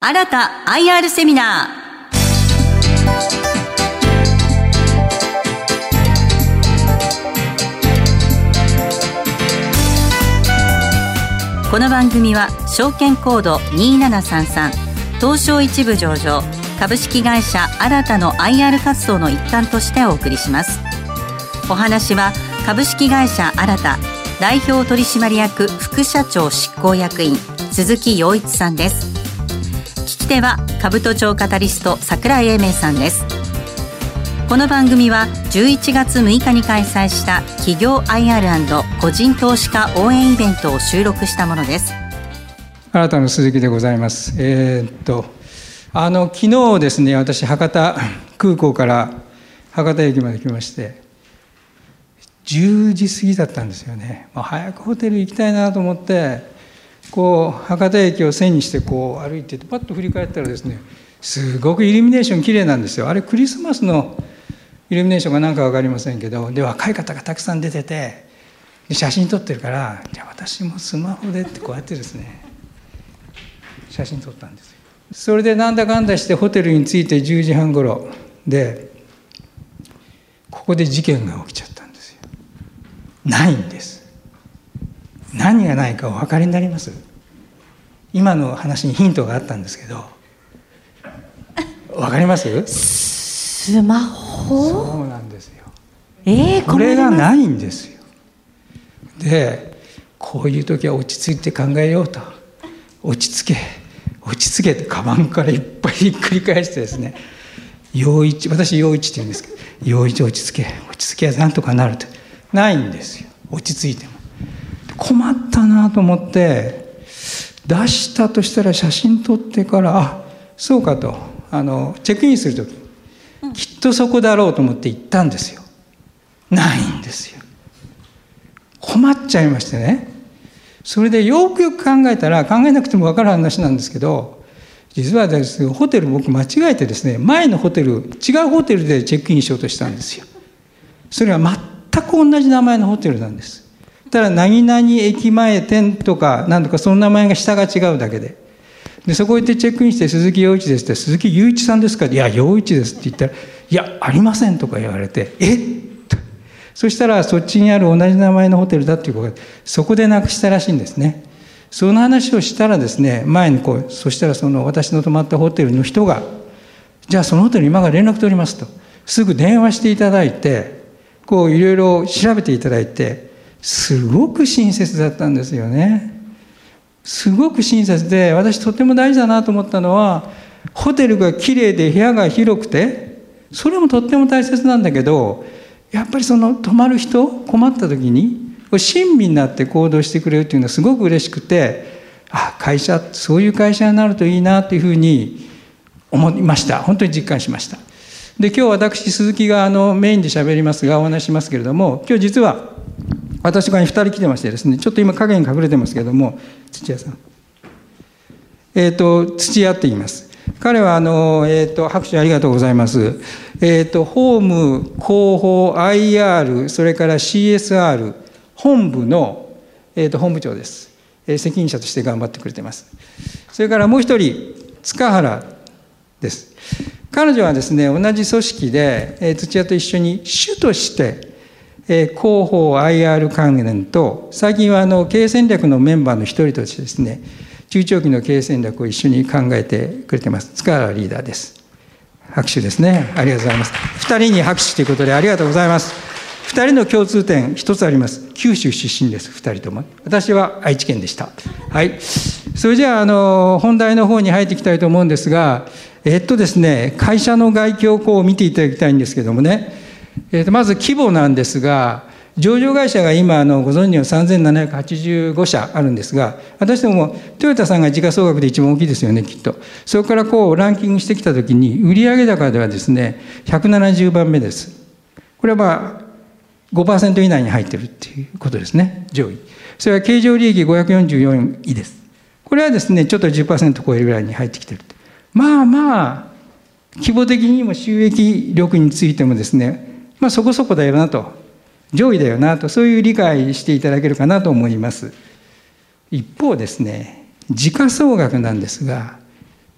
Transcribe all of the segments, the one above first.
新た IR セミナー。この番組は証券コード2733東証一部上場株式会社新たの IR 活動の一環としてお送りします。お話は株式会社新た代表取締役副社長執行役員鈴木陽一さんです。聞き手は株都庁カタリスト櫻井英明さんです。この番組は11月6日に開催した企業 IR& 個人投資家応援イベントを収録したものです。 新たの鈴木でございます。昨日ですね、私博多空港から博多駅まで来まして10時過ぎだったんですよね。早くホテル行きたいなと思って博多駅を背にして歩いててパッと振り返ったらですね、すごくイルミネーション綺麗なんですよ。あれクリスマスのイルミネーションかなんか分かりませんけど、で若い方がたくさん出てて写真撮ってるから、じゃあ私もスマホでってこうやってですね写真撮ったんですよ。それでなんだかんだしてホテルに着いて10時半頃で、ここで事件が起きちゃったんですよ。ないんです。何がないかお分かりになります？今の話にヒントがあったんですけど、分かります？ スマホ？ そうなんですよ。 これがないんですよ。でこういう時は落ち着いて考えようと、落ち着けってカバンからいっぱい繰り返してですね、私陽一って言うんですけど、陽一落ち着けはなんとかなると。ないんですよ。落ち着いても困ったなと思って出したとしたら写真撮ってから、そうかとチェックインするとき、きっとそこだろうと思って行ったんですよ。ないんですよ。困っちゃいましてね。それでよくよく考えたら、考えなくても分かる話なんですけど、実はですね、ホテル僕間違えてですね、前のホテル、違うホテルでチェックインしようとしたんですよ。それは全く同じ名前のホテルなんです。ただ何々駅前店とか何とかその名前が下が違うだけで、そこ行ってチェックインして鈴木陽一ですって、鈴木雄一さんですか？いや陽一ですって言ったら、いやありませんとか言われて、そしたらそっちにある同じ名前のホテルだっていうことで、そこでなくしたらしいんですね。その話をしたらですね、前にそしたら私の泊まったホテルの人が、じゃあそのホテル今から連絡取りますと、すぐ電話していただいて、いろいろ調べていただいて、すごく親切だったんですよね。すごく親切で、私とっても大事だなと思ったのは、ホテルがきれいで部屋が広くて、それもとっても大切なんだけど、やっぱり泊まる人困った時に親身になって行動してくれるっていうのはすごく嬉しくて、そういう会社になるといいなというふうに思いました。本当に実感しました。で今日私鈴木がメインで喋りますがお話しますけれども、今日実は私が2人来てましてですね、ちょっと今影に隠れてますけれども、土屋さん、土屋って言います。彼は拍手ありがとうございます。法務、広報、IR、それから CSR 本部の、本部長です。責任者として頑張ってくれてます。それからもう一人塚原です。彼女はですね、同じ組織で、土屋と一緒に主として広報 IR 関連と、最近は経営戦略のメンバーの一人としてですね、中長期の経営戦略を一緒に考えてくれてます。塚原リーダーです。拍手ですね。ありがとうございます。2人に拍手ということでありがとうございます。2人の共通点一つあります。九州出身です。2人とも。私は愛知県でした。はい。それじゃあ本題の方に入っていきたいと思うんですが、ですね、会社の概況を見ていただきたいんですけどもね、まず規模なんですが、上場会社が今ご存知の3785社あるんですが、私どもトヨタさんが時価総額で一番大きいですよね、きっと。それからランキングしてきたときに、売上高ではですね170番目です。これは5% 以内に入っているっていうことですね、上位。それは経常利益544位です。これはですねちょっと 10% 超えるぐらいに入ってきている。規模的にも収益力についてもですね、そこそこだよなと、上位だよなと、そういう理解していただけるかなと思います。一方ですね、時価総額なんですが、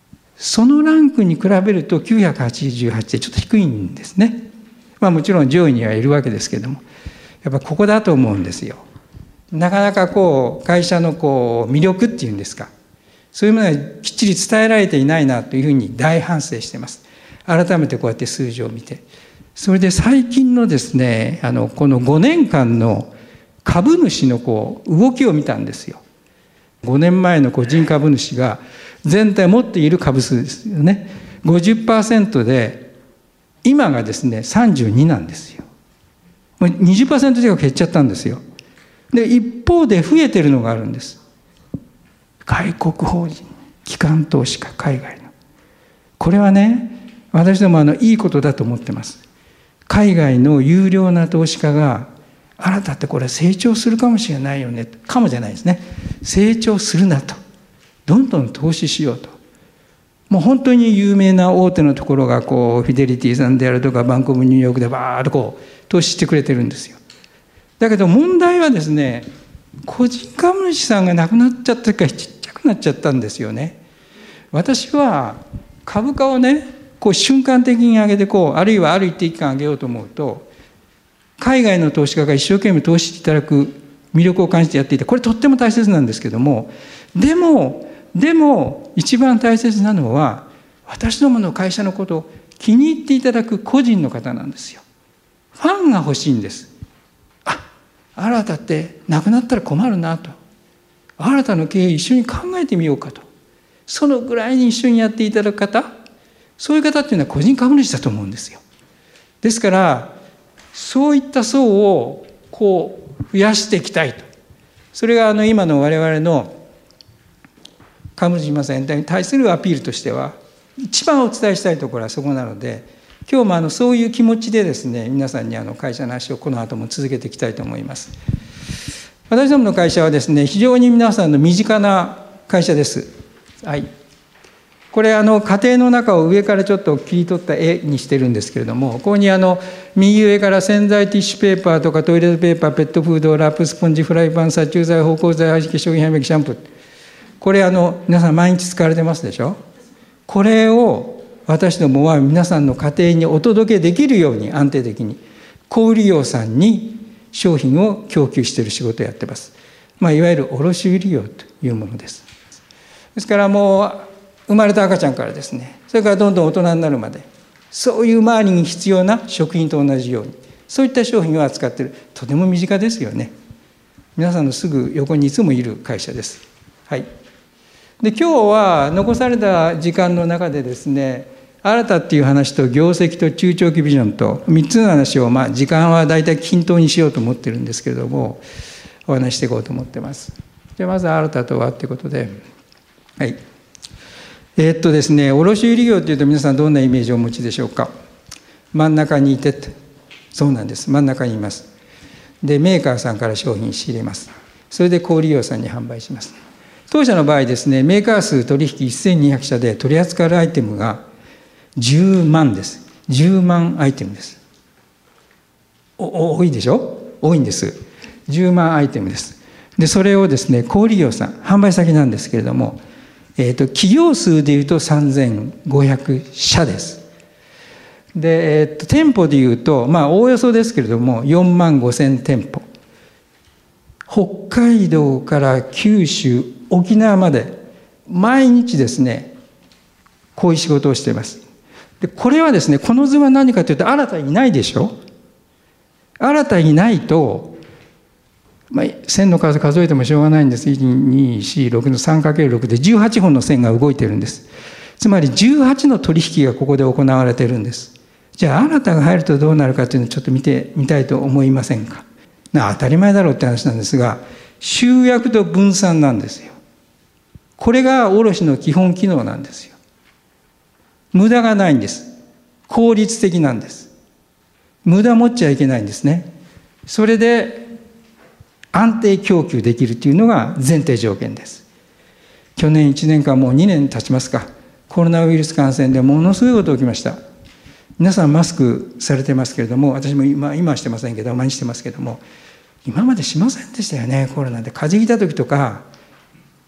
そのランクに比べると988でちょっと低いんですね。もちろん上位にはいるわけですけども、やっぱここだと思うんですよ。なかなか会社の魅力っていうんですか、そういうものがきっちり伝えられていないなというふうに大反省しています。改めてこうやって数字を見て、それで最近のですね、この5年間の株主の動きを見たんですよ。5年前の個人株主が全体持っている株数ですよね。50% で今がですね32なんですよ。もう 20% 近く減っちゃったんですよ。で一方で増えてるのがあるんです。外国法人、機関投資家、海外の。これはね、私どもいいことだと思ってます。海外の有料な投資家が、あなたってこれ成長するかもしれないよね。かもじゃないですね。成長するなと。どんどん投資しようと。もう本当に有名な大手のところがフィデリティさんであるとかバンコクニューヨークでバーッと投資してくれてるんですよ。だけど問題はですね、個人株主さんが亡くなっちゃったからちっちゃくなっちゃったんですよね。私は株価をね、瞬間的に上げてあるいはある一定期間上げようと思うと、海外の投資家が一生懸命投資していただく魅力を感じてやっていて、これとっても大切なんですけども、でも一番大切なのは、私どもの会社のことを気に入っていただく個人の方なんですよ。ファンが欲しいんです。新たって亡くなったら困るなと、新たの経営一緒に考えてみようかと、そのぐらいに一緒にやっていただく方、そういう方っていうのは個人株主だと思うんですよ。ですからそういった層を増やしていきたいと。それが今の我々の株主皆さん全体に対するアピールとしては、一番お伝えしたいところはそこなので、今日もそういう気持ちでですね、皆さんに会社の話をこの後も続けていきたいと思います。私どもの会社はですね、非常に皆さんの身近な会社です。はい。これ家庭の中を上からちょっと切り取った絵にしてるんですけれども、ここに右上から洗剤、ティッシュペーパーとかトイレットペーパー、ペットフード、ラップ、スポンジ、フライパン、殺虫剤、芳香剤、化粧品、歯磨き、シャンプー、これ皆さん毎日使われてますでしょ。これを私どもは皆さんの家庭にお届けできるように、安定的に小売業さんに商品を供給している仕事をやってます。いわゆる卸売業というものです。ですからもう生まれた赤ちゃんからですね、それからどんどん大人になるまで、そういう周りに必要な食品と同じように、そういった商品を扱っている、とても身近ですよね。皆さんのすぐ横にいつもいる会社です。はい。で今日は残された時間の中でですね、新たっていう話と業績と中長期ビジョンと3つの話を、時間はだいたい均等にしようと思ってるんですけれども、お話していこうと思ってます。じゃあまず新たとはということで、はい。ですね、卸売業というと皆さんどんなイメージをお持ちでしょうか。真ん中にいて、そうなんです、真ん中にいます。でメーカーさんから商品仕入れます。それで小売業さんに販売します。当社の場合ですね、メーカー数取引1200社で取り扱うアイテムが10万です。10万アイテムです。多いでしょ。多いんです。10万アイテムです。でそれをですね、小売業さん、販売先なんですけれども、企業数でいうと3500社です。で、店舗でいうとおおよそですけれども4万5000店舗、北海道から九州、沖縄まで毎日ですね、こういう仕事をしています。でこれはですね、この図は何かというと、新たにいないでしょ。新たにいないと、線の数数えてもしょうがないんです。1、2、4、6の 3×6 で18本の線が動いてるんです。つまり18の取引がここで行われているんです。じゃあ新たが入るとどうなるかというのをちょっと見てみたいと思いませんか。当たり前だろうって話なんですが、集約と分散なんですよ。これが卸の基本機能なんですよ。無駄がないんです。効率的なんです。無駄持っちゃいけないんですね。それで安定供給できるというのが前提条件です。去年1年間、もう2年経ちますか、コロナウイルス感染でものすごいことが起きました。皆さんマスクされてますけれども、私も今はしてませんけど、毎日してますけども、今までしませんでしたよね。コロナで風邪ひいた時とか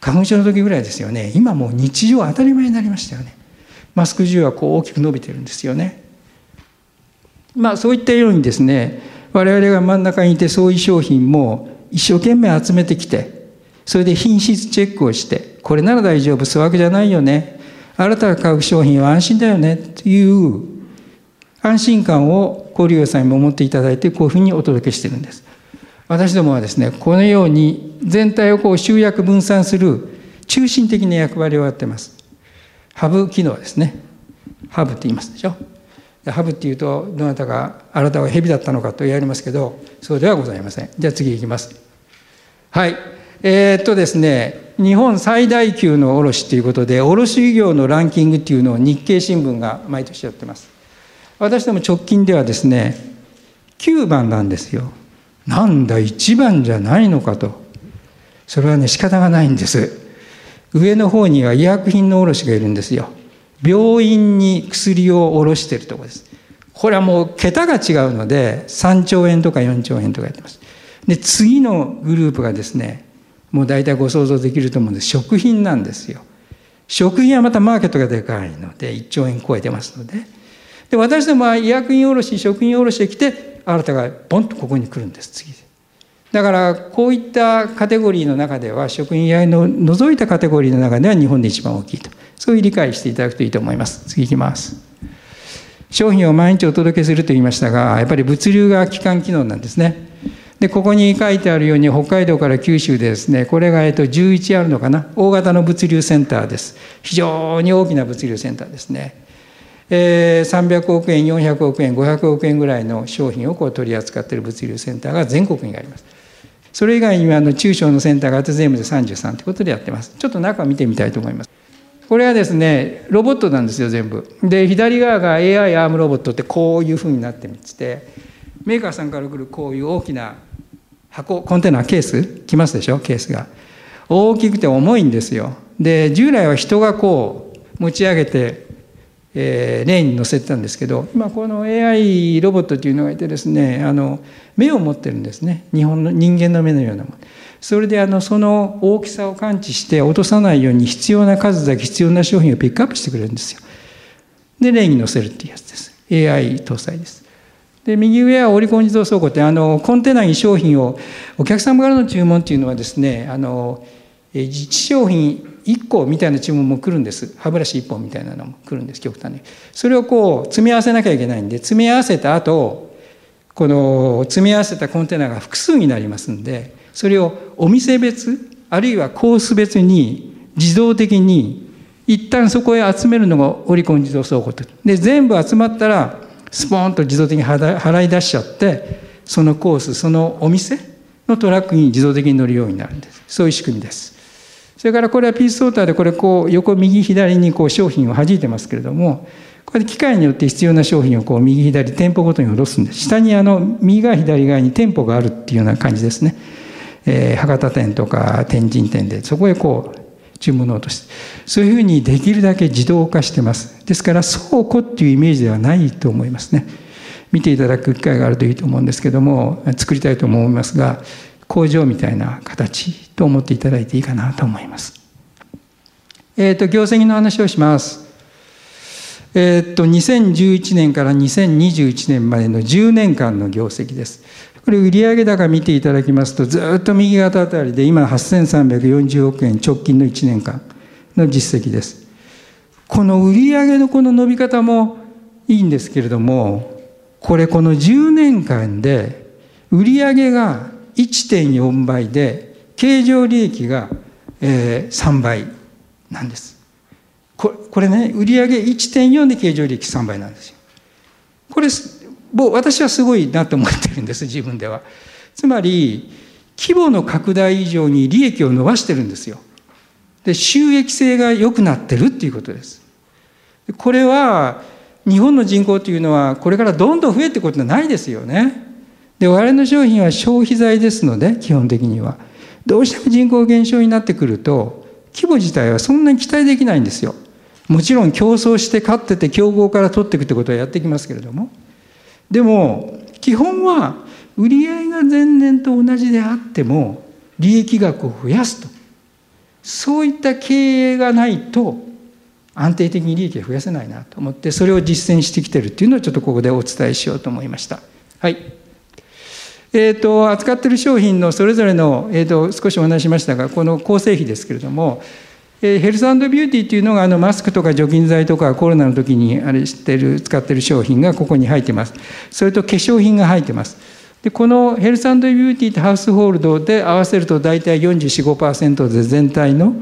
花粉症の時ぐらいですよね。今もう日常当たり前になりましたよね。マスク需要はこう大きく伸びてるんですよね。そういったようにですね、我々が真ん中にいてそういう商品も一生懸命集めてきて、それで品質チェックをして、これなら大丈夫、粗悪じゃないよね、あなたが買う商品は安心だよねという安心感を小売業さんにも持っていただいて、こういうふうにお届けしているんです。私どもはですね、このように全体を集約分散する中心的な役割をやっています。ハブ機能ですね。ハブって言いますでしょ。ハブっていうと、どなたがあなたは蛇だったのかと言われますけど、そうではございません。じゃあ次いきます。はい。ですね、日本最大級の卸ということで、卸業のランキングっていうのを日経新聞が毎年やってます。私ども直近ではですね、9番なんですよ。なんだ1番じゃないのかと。それはね、仕方がないんです。上の方には医薬品の卸がいるんですよ。病院に薬を卸しているところです。これはもう桁が違うので、3兆円とか4兆円とかやってます。で、次のグループがですね、もう大体ご想像できると思うんです。食品なんですよ。食品はまたマーケットがでかいので、1兆円超えてますので。で、私どもは医薬品卸、食品卸できて、あなたがポンとここに来るんです、次で。だから、こういったカテゴリーの中では、食品やの除いたカテゴリーの中では日本で一番大きいと。そういう理解していただくといいと思います。次いきます。商品を毎日お届けすると言いましたが、やっぱり物流が基幹機能なんですね。で、ここに書いてあるように、北海道から九州でですね、これが11あるのかな、大型の物流センターです。非常に大きな物流センターですね。300億円、400億円、500億円ぐらいの商品を取り扱っている物流センターが全国にあります。それ以外には中小のセンターがあって全部で33ということでやってます。ちょっと中を見てみたいと思います。これはですね、ロボットなんですよ、全部。で、左側が AI アームロボットってこういうふうになってまして、メーカーさんから来るこういう大きな箱、コンテナ、ケース、来ますでしょ、ケースが。大きくて重いんですよ。で、従来は人がこう持ち上げて、レーンに乗せてたんですけど、今この AI ロボットというのがいてですね、目を持ってるんですね。人間の目のようなもの。それでその大きさを感知して落とさないように必要な数だけ必要な商品をピックアップしてくれるんですよ。で、レーンに乗せるっていうやつです。AI 搭載です。で、右上はオリコン自動倉庫って、コンテナに商品を、お客様からの注文っていうのはですね、1商品1個みたいな注文も来るんです。歯ブラシ1本みたいなのも来るんです、極端に。それを積み合わせなきゃいけないんで、積み合わせた後、この積み合わせたコンテナが複数になりますんで、それをお店別、あるいはコース別に自動的に一旦そこへ集めるのがオリコン自動倉庫で、全部集まったらスポーンと自動的に払い出しちゃって、そのコース、そのお店のトラックに自動的に乗るようになるんです。そういう仕組みです。それからこれはピースソーターで、これ横右左に商品を弾いてますけれども、これで機械によって必要な商品を右左店舗ごとに下ろすんです。下に右側左側に店舗があるっていうような感じですね。博多店とか天神店でそこへ注文を落として、そういうふうにできるだけ自動化してます。ですから倉庫っていうイメージではないと思いますね。見ていただく機会があるといいと思うんですけども、作りたいと思いますが、工場みたいな形と思っていただいていいかなと思います。業績の話をします。2011年から2021年までの10年間の業績です。これ売上高見ていただきますと、ずっと右肩あたりで、今8340億円直近の1年間の実績です。この売上のこの伸び方もいいんですけれども、この10年間で売上が 1.4 倍で経常利益が3倍なんです。これね、売上 1.4 で経常利益3倍なんですよ。これ私はすごいなと思ってるんです、自分では。つまり規模の拡大以上に利益を伸ばしてるんですよ。で、収益性が良くなってるっていうことです。これは日本の人口というのはこれからどんどん増えていくことはないですよね。で、我々の商品は消費財ですので、基本的にはどうしても人口減少になってくると規模自体はそんなに期待できないんですよ。もちろん競争して勝ってて競合から取っていくってことはやってきますけれども、でも基本は売上が前年と同じであっても利益額を増やすと、 そういった経営がないと安定的に利益を増やせないなと思って、それを実践してきているというのをちょっとここでお伝えしようと思いました。はい。扱っている商品のそれぞれの、少しお話ししましたが、この構成比ですけれども、ヘルス&ビューティーというのがマスクとか除菌剤とかコロナの時に使っている商品がここに入っています。それと化粧品が入っています。でこのヘルス&ビューティーとハウスホールドで合わせると大体 44-45% で全体の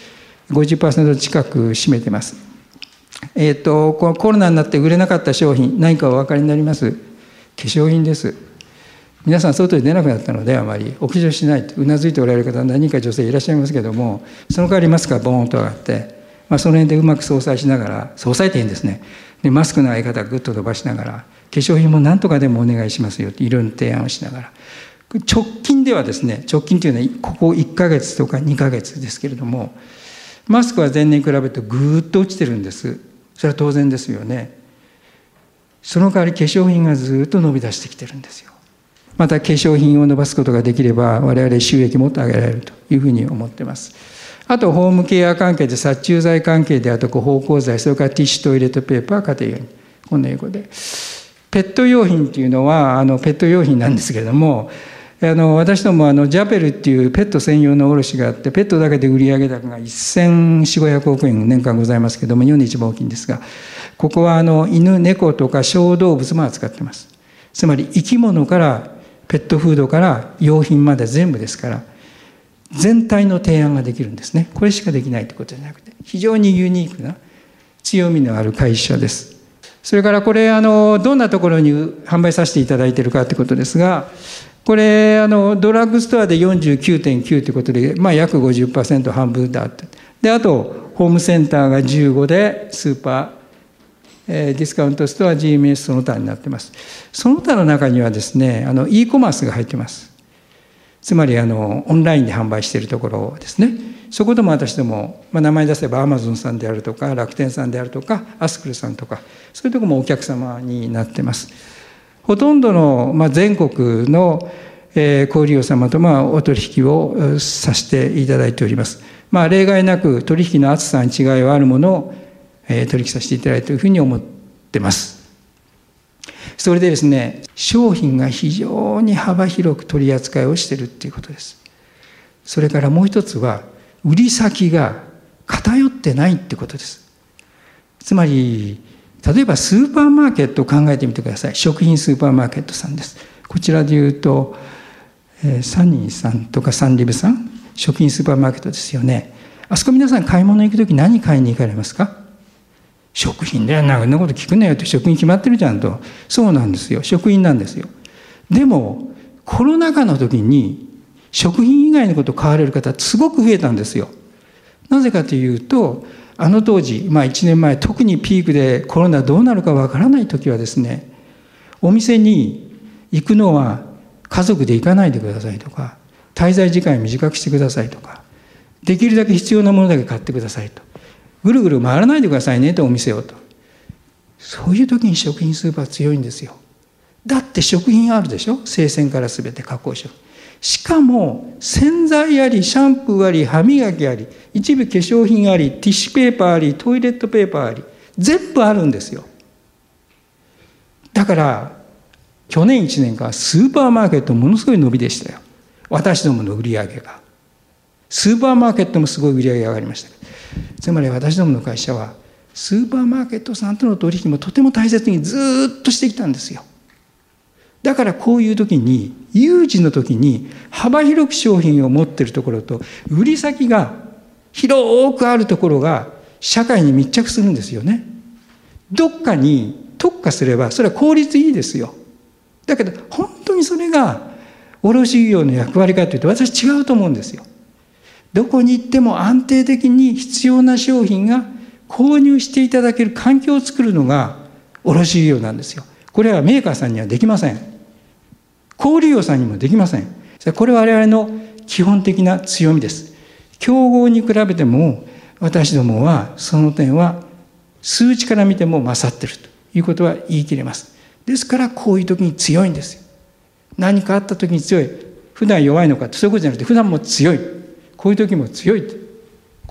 50% 近く占めています。このコロナになって売れなかった商品、何かお分かりになります？化粧品です。皆さん外に出なくなったので、あまりお化粧しないとうなずいておられる方、何人か女性いらっしゃいますけども、その代わりマスクがボーンと上がって、その辺でうまく相殺しながら、相殺って変ですね。でマスクの相方をぐっと伸ばしながら、化粧品も何とかでもお願いしますよっていろいろ提案をしながら、直近ではですね、直近というのはここ1ヶ月とか2ヶ月ですけれども、マスクは前年に比べるとぐーっと落ちてるんです。それは当然ですよね。その代わり化粧品がずっと伸び出してきてるんですよ。また化粧品を伸ばすことができれば我々収益もっと上げられるというふうに思っています。あとホームケア関係で殺虫剤関係で、あと芳香剤、それからティッシュトイレットペーパー、家庭用に、こんな英語でペット用品っていうのはペット用品なんですけれども、私どもジャペルっていうペット専用の卸があって、ペットだけで売上高が1400-1500億円年間ございますけれども、日本で一番大きいんですが、ここは犬猫とか小動物も扱っています。つまり生き物からペットフードから用品まで全部ですから、全体の提案ができるんですね。これしかできないということじゃなくて、非常にユニークな強みのある会社です。それからこれどんなところに販売させていただいているかということですが、これドラッグストアで 49.9 ということで、約 50% 半分だって。であとホームセンターが15で、スーパーディスカウントストア GMS その他になっています。その他の中にはですね、e コマースが入っています。つまりオンラインで販売しているところですね。そこでも私ども、名前出せばアマゾンさんであるとか楽天さんであるとかアスクルさんとか、そういうところもお客様になっています。ほとんどの、全国の小売業様とお取引をさせていただいております。例外なく取引の厚さに違いはあるものを取引させていただいているというふうに思っています。それでですね、商品が非常に幅広く取り扱いをしているということです。それからもう一つは、売り先が偏ってないってことです。つまり例えばスーパーマーケットを考えてみてください。食品スーパーマーケットさんです。こちらでいうとサニーさんとかサンリブさん、食品スーパーマーケットですよね。あそこ皆さん買い物行くとき何買いに行かれますか？食品だよ、そんなこと聞くなよって、食品決まってるじゃんと。そうなんですよ、食品なんですよ。でもコロナ禍の時に食品以外のことを買われる方すごく増えたんですよ。なぜかというと、当時、1年前、特にピークでコロナどうなるかわからない時はですね、お店に行くのは家族で行かないでくださいとか、滞在時間短くしてくださいとか、できるだけ必要なものだけ買ってくださいと、ぐるぐる回らないでくださいねと、お店をと。そういう時に食品スーパー強いんですよ。だって食品あるでしょ、生鮮から全て加工食。しかも洗剤あり、シャンプーあり、歯磨きあり、一部化粧品あり、ティッシュペーパーあり、トイレットペーパーあり、全部あるんですよ。だから去年1年間スーパーマーケットものすごい伸びでしたよ。私どもの売り上げが。スーパーマーケットもすごい売り上げが上がりました。つまり私どもの会社はスーパーマーケットさんとの取引もとても大切にずっとしてきたんですよ。だからこういう時に、有事の時に幅広く商品を持っているところと、売り先が広くあるところが社会に密着するんですよね。どっかに特化すればそれは効率いいですよ。だけど本当にそれが卸業の役割かというと、私違うと思うんですよ。どこに行っても安定的に必要な商品が購入していただける環境を作るのが卸業なんですよ。これはメーカーさんにはできません。小売業さんにもできません。これは我々の基本的な強みです。競合に比べても私どもはその点は数値から見ても勝っているということは言い切れます。ですからこういう時に強いんですよ。何かあった時に強い。普段弱いのかってそういうことじゃなくて、普段も強い。こういう時も強いと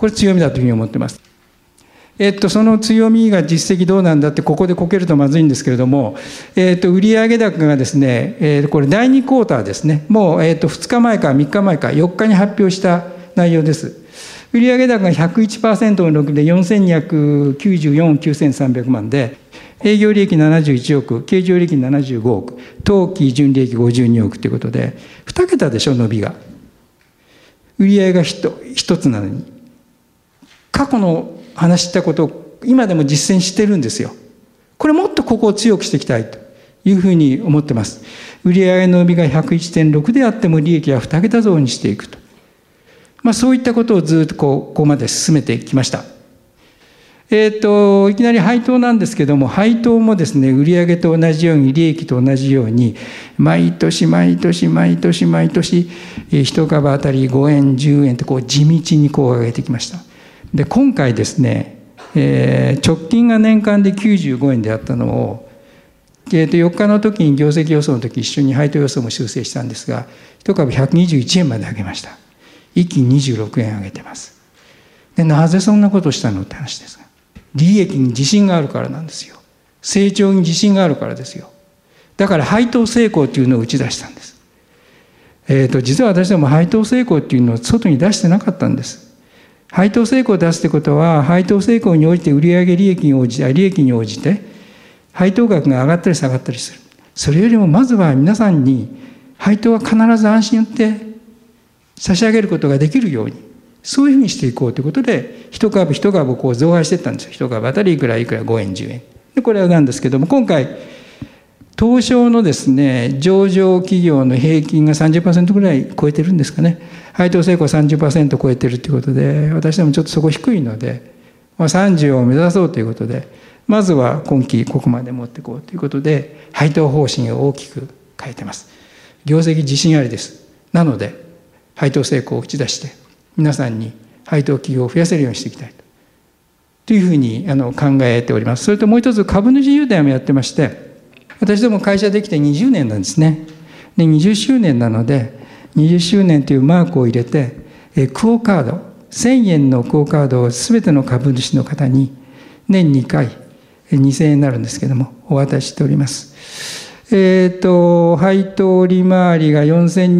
これ強みだというふうに思ってます。その強みが実績どうなんだってここでこけるとまずいんですけれども、売上高がですね、これ第2クォーターですね。もう、2日前か3日前か4日に発表した内容です。売上高が 101% の6で4294億9300万で、営業利益71億、経常利益75億、当期純利益52億ということで、2桁でしょ、伸びが。売上が一つなのに。過去の話したことを今でも実践してるんですよ。これもっとここを強くしていきたいというふうに思ってます。売上の伸びが 101.6 であっても利益は2桁増にしていくと。そういったことをずっとここまで進めてきました。いきなり配当なんですけども、配当もですね、売上と同じように、利益と同じように、毎年毎年毎年毎年、1株当たり5円、10円と地道に上げてきました。で、今回ですね、直近が年間で95円であったのを、4日の時に業績予想の時一緒に配当予想も修正したんですが、1株121円まで上げました。一気に26円上げてます。で、なぜそんなことをしたのって話ですが、利益に自信があるからなんですよ。成長に自信があるからですよ。だから配当成功というのを打ち出したんです。実は私ども配当成功というのを外に出してなかったんです。配当成功を出すということは、配当成功に応じて売上利益に応じて配当額が上がったり下がったりする。それよりもまずは皆さんに配当は必ず安心をって差し上げることができるように、そういうふうにしていこうということで、一株一株を増配していったんですよ。一株当たりいくらいくら、5円10円で、これはなんですけども、今回東証のですね、上場企業の平均が 30% ぐらい超えてるんですかね。配当成功 30% 超えてるということで、私どもちょっとそこ低いので、30を目指そうということで、まずは今期ここまで持っていこうということで、配当方針を大きく変えてます。業績自信ありです。なので配当成功を打ち出して、皆さんに配当企業を増やせるようにしていきたいというふうに考えております。それともう一つ、株主優待もやってまして、私ども会社できて20年なんですね。で、20周年なので、20周年というマークを入れて、クオカード、1000円のクオカードを全ての株主の方に年2回2000円になるんですけども、お渡ししております。配当利回りが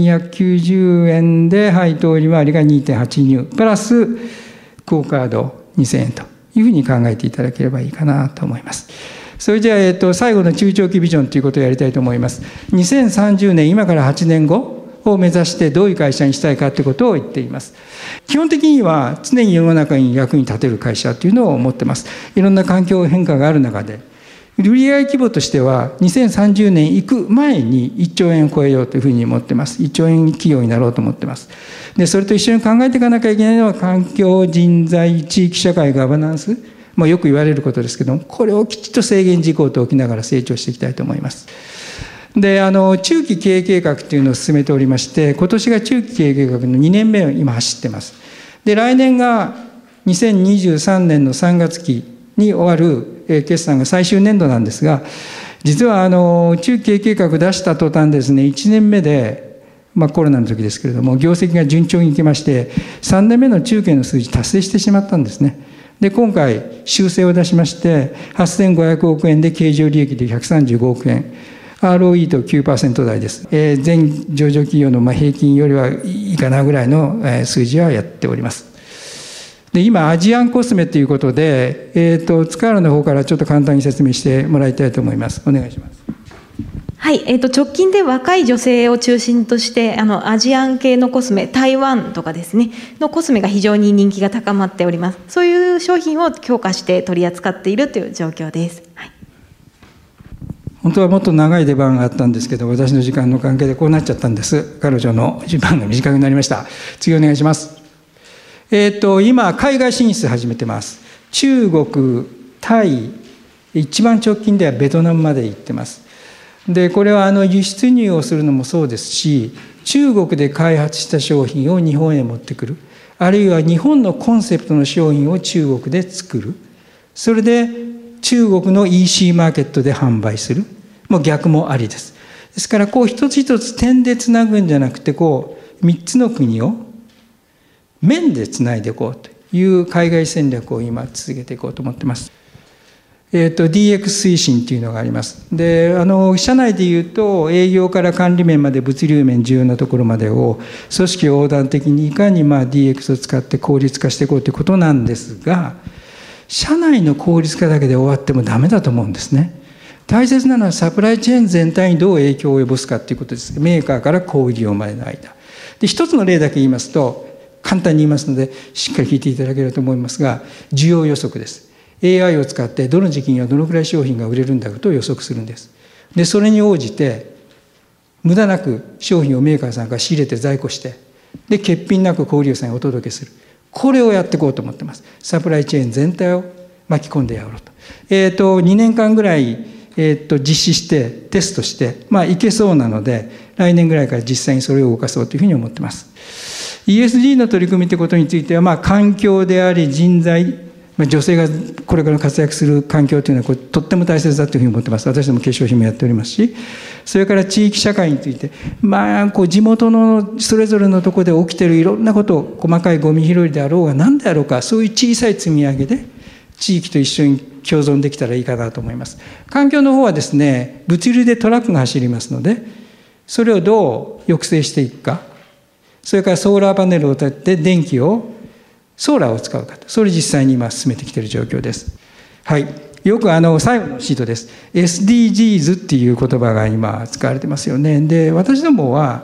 4290円で、配当利回りが 2.82 プラスクオカード2000円というふうに考えていただければいいかなと思います。それじゃあ、最後の中長期ビジョンということをやりたいと思います。2030年、今から8年後を目指してどういう会社にしたいかということを言っています。基本的には常に世の中に役に立てる会社というのを持ってます。いろんな環境変化がある中で、売上規模としては2030年行く前に1兆円を超えようというふうに思ってます。1兆円企業になろうと思ってます。で、それと一緒に考えていかなきゃいけないのは、環境、人材、地域社会、ガバナンス、よく言われることですけども、これをきちっと制限事項と置きながら成長していきたいと思います。で、中期経営計画というのを進めておりまして、今年が中期経営計画の2年目を今走ってます。で、来年が2023年の3月期に終わる決算が最終年度なんですが、実は中期経営計画出した途端ですね、1年目で、コロナの時ですけれども、業績が順調にいきまして、3年目の中期の数字達成してしまったんですね。で、今回修正を出しまして、8500億円で経常利益で135億円。ROE と 9% 台です。全上場企業の平均よりはいいかなぐらいの数字はやっております。で、今、アジアンコスメということで、塚原の方からちょっと簡単に説明してもらいたいと思います。お願いします。 はい、直近で若い女性を中心としてアジアン系のコスメ、台湾とかですねのコスメが非常に人気が高まっております。そういう商品を強化して取り扱っているという状況です。はい、 本当はもっと長い出番があったんですけど、私の時間の関係でこうなっちゃったんです。彼女の時間が短くなりました。次お願いします。今海外進出始めてます。中国、タイ、一番直近ではベトナムまで行ってます。で、これは輸出入をするのもそうですし、中国で開発した商品を日本へ持ってくる、あるいは日本のコンセプトの商品を中国で作る、それで中国の EC マーケットで販売する、もう逆もありです。ですから一つ一つ点でつなぐんじゃなくて、3つの国を面でつないでいこうという海外戦略を今続けていこうと思ってます。DX 推進というのがあります。で、社内でいうと営業から管理面まで物流面重要なところまでを組織横断的にいかにDX を使って効率化していこうということなんですが、社内の効率化だけで終わってもダメだと思うんですね。大切なのはサプライチェーン全体にどう影響を及ぼすかということです。メーカーから小売業までの間で、一つの例だけ言いますと、簡単に言いますのでしっかり聞いていただけると思いますが、需要予測です。AI を使ってどの時期にはどのくらい商品が売れるんだろうと予測するんです。で、それに応じて無駄なく商品をメーカーさんが仕入れて在庫して、で欠品なく小売業さんにお届けする、これをやっていこうと思ってます。サプライチェーン全体を巻き込んでやろうと。2年間ぐらい実施してテストしていけそうなので、来年ぐらいから実際にそれを動かそうというふうに思ってます。 ESG の取り組みということについては、環境であり人材、女性がこれから活躍する環境というのはこれとっても大切だというふうに思ってます。私ども化粧品もやっておりますし、それから地域社会について、地元のそれぞれのところで起きているいろんなことを、細かいゴミ拾いであろうが何であろうか、そういう小さい積み上げで地域と一緒に共存できたらいいかなと思います。環境の方はですね、物流でトラックが走りますので、それをどう抑制していくか、それからソーラーパネルを立てて電気をソーラーを使うかと、それ実際に今進めてきている状況です。はい、よく最後のシートです。 SDGs っていう言葉が今使われてますよね。で、私どもの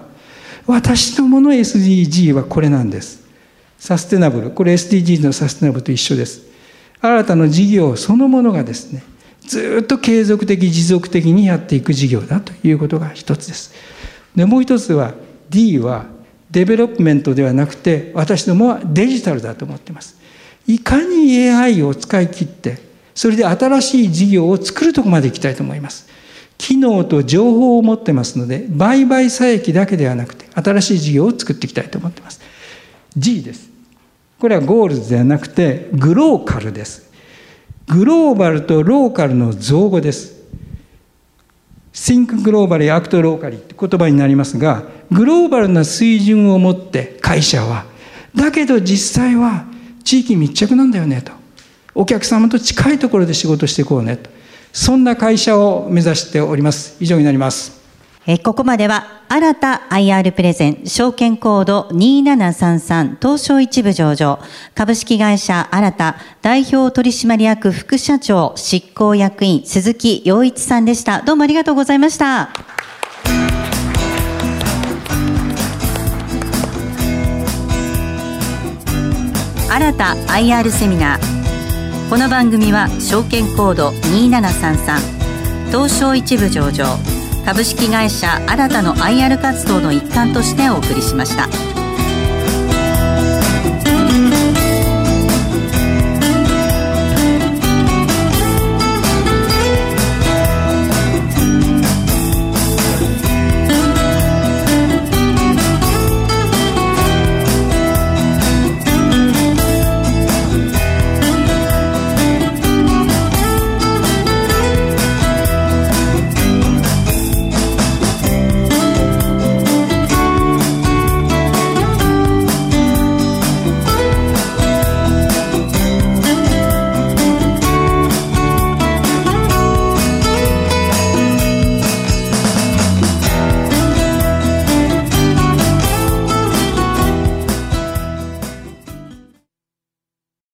SDG はこれなんです。サステナブル、これ SDGs のサステナブルと一緒です。新たな事業そのものがですね、ずっと継続的持続的にやっていく事業だということが一つです。で、もう一つは D はデベロップメントではなくて、私どもはデジタルだと思っています。いかに AI を使い切って、それで新しい事業を作るところまで行きたいと思います。機能と情報を持ってますので、売買差益だけではなくて新しい事業を作っていきたいと思っています。 G です。これはゴールズではなくてグローカルです。グローバルとローカルの造語です。Think globally, act locally って言葉になりますが、グローバルな水準を持って会社は、だけど実際は地域密着なんだよねと、お客様と近いところで仕事していこうねと、そんな会社を目指しております。以上になります。 ここまでは新た IR プレゼン証券コード2733東証一部上場株式会社新た代表取締役副社長執行役員鈴木陽一さんでした。どうもありがとうございました。新た IR セミナー。この番組は証券コード2733東証一部上場株式会社新たの IR 活動の一環としてお送りしました。